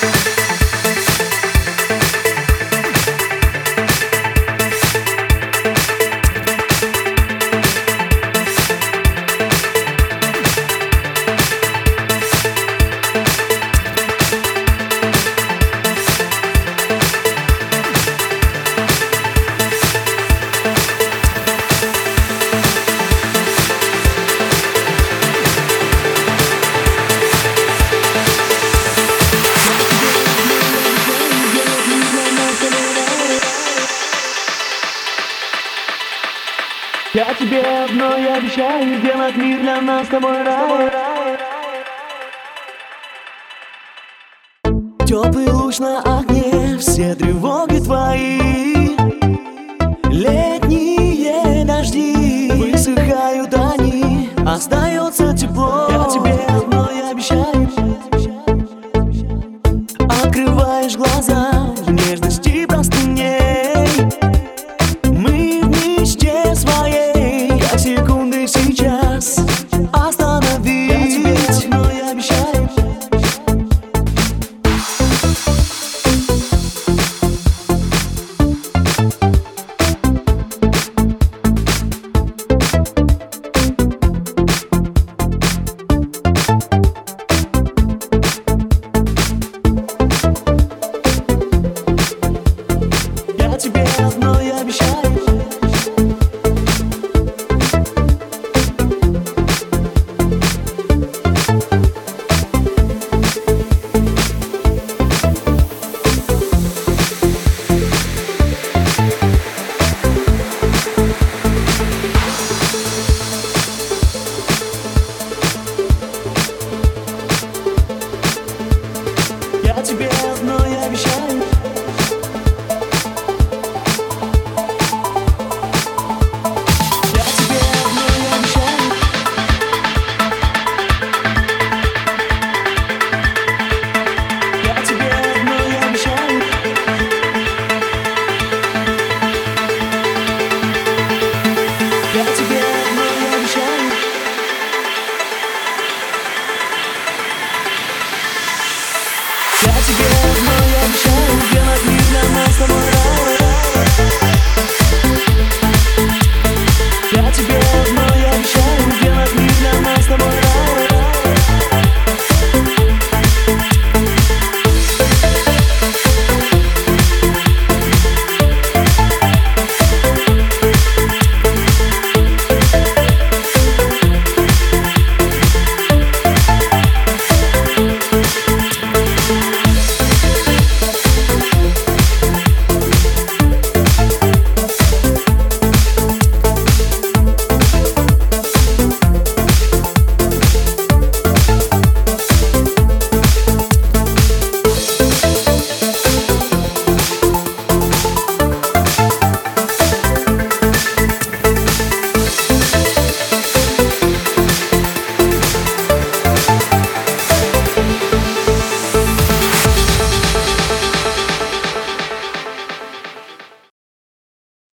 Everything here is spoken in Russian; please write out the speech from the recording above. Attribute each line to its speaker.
Speaker 1: Я тебе одно и обещаю, сделать мир для нас с тобой рай. Теплый луч на окне, все тревоги твои. Летние дожди, высыхают они, остается тепло. Я тебе одно и обещаю. Открываешь глаза в нежности простыней. Мы в мечте своей, как секунды сейчас остановить. Я тебе одно и обещаю. Я тебе одно и обещаю. Я тебе одно и обещаю. Я тебе одно и обещаю, сделать мир для нас с тобой.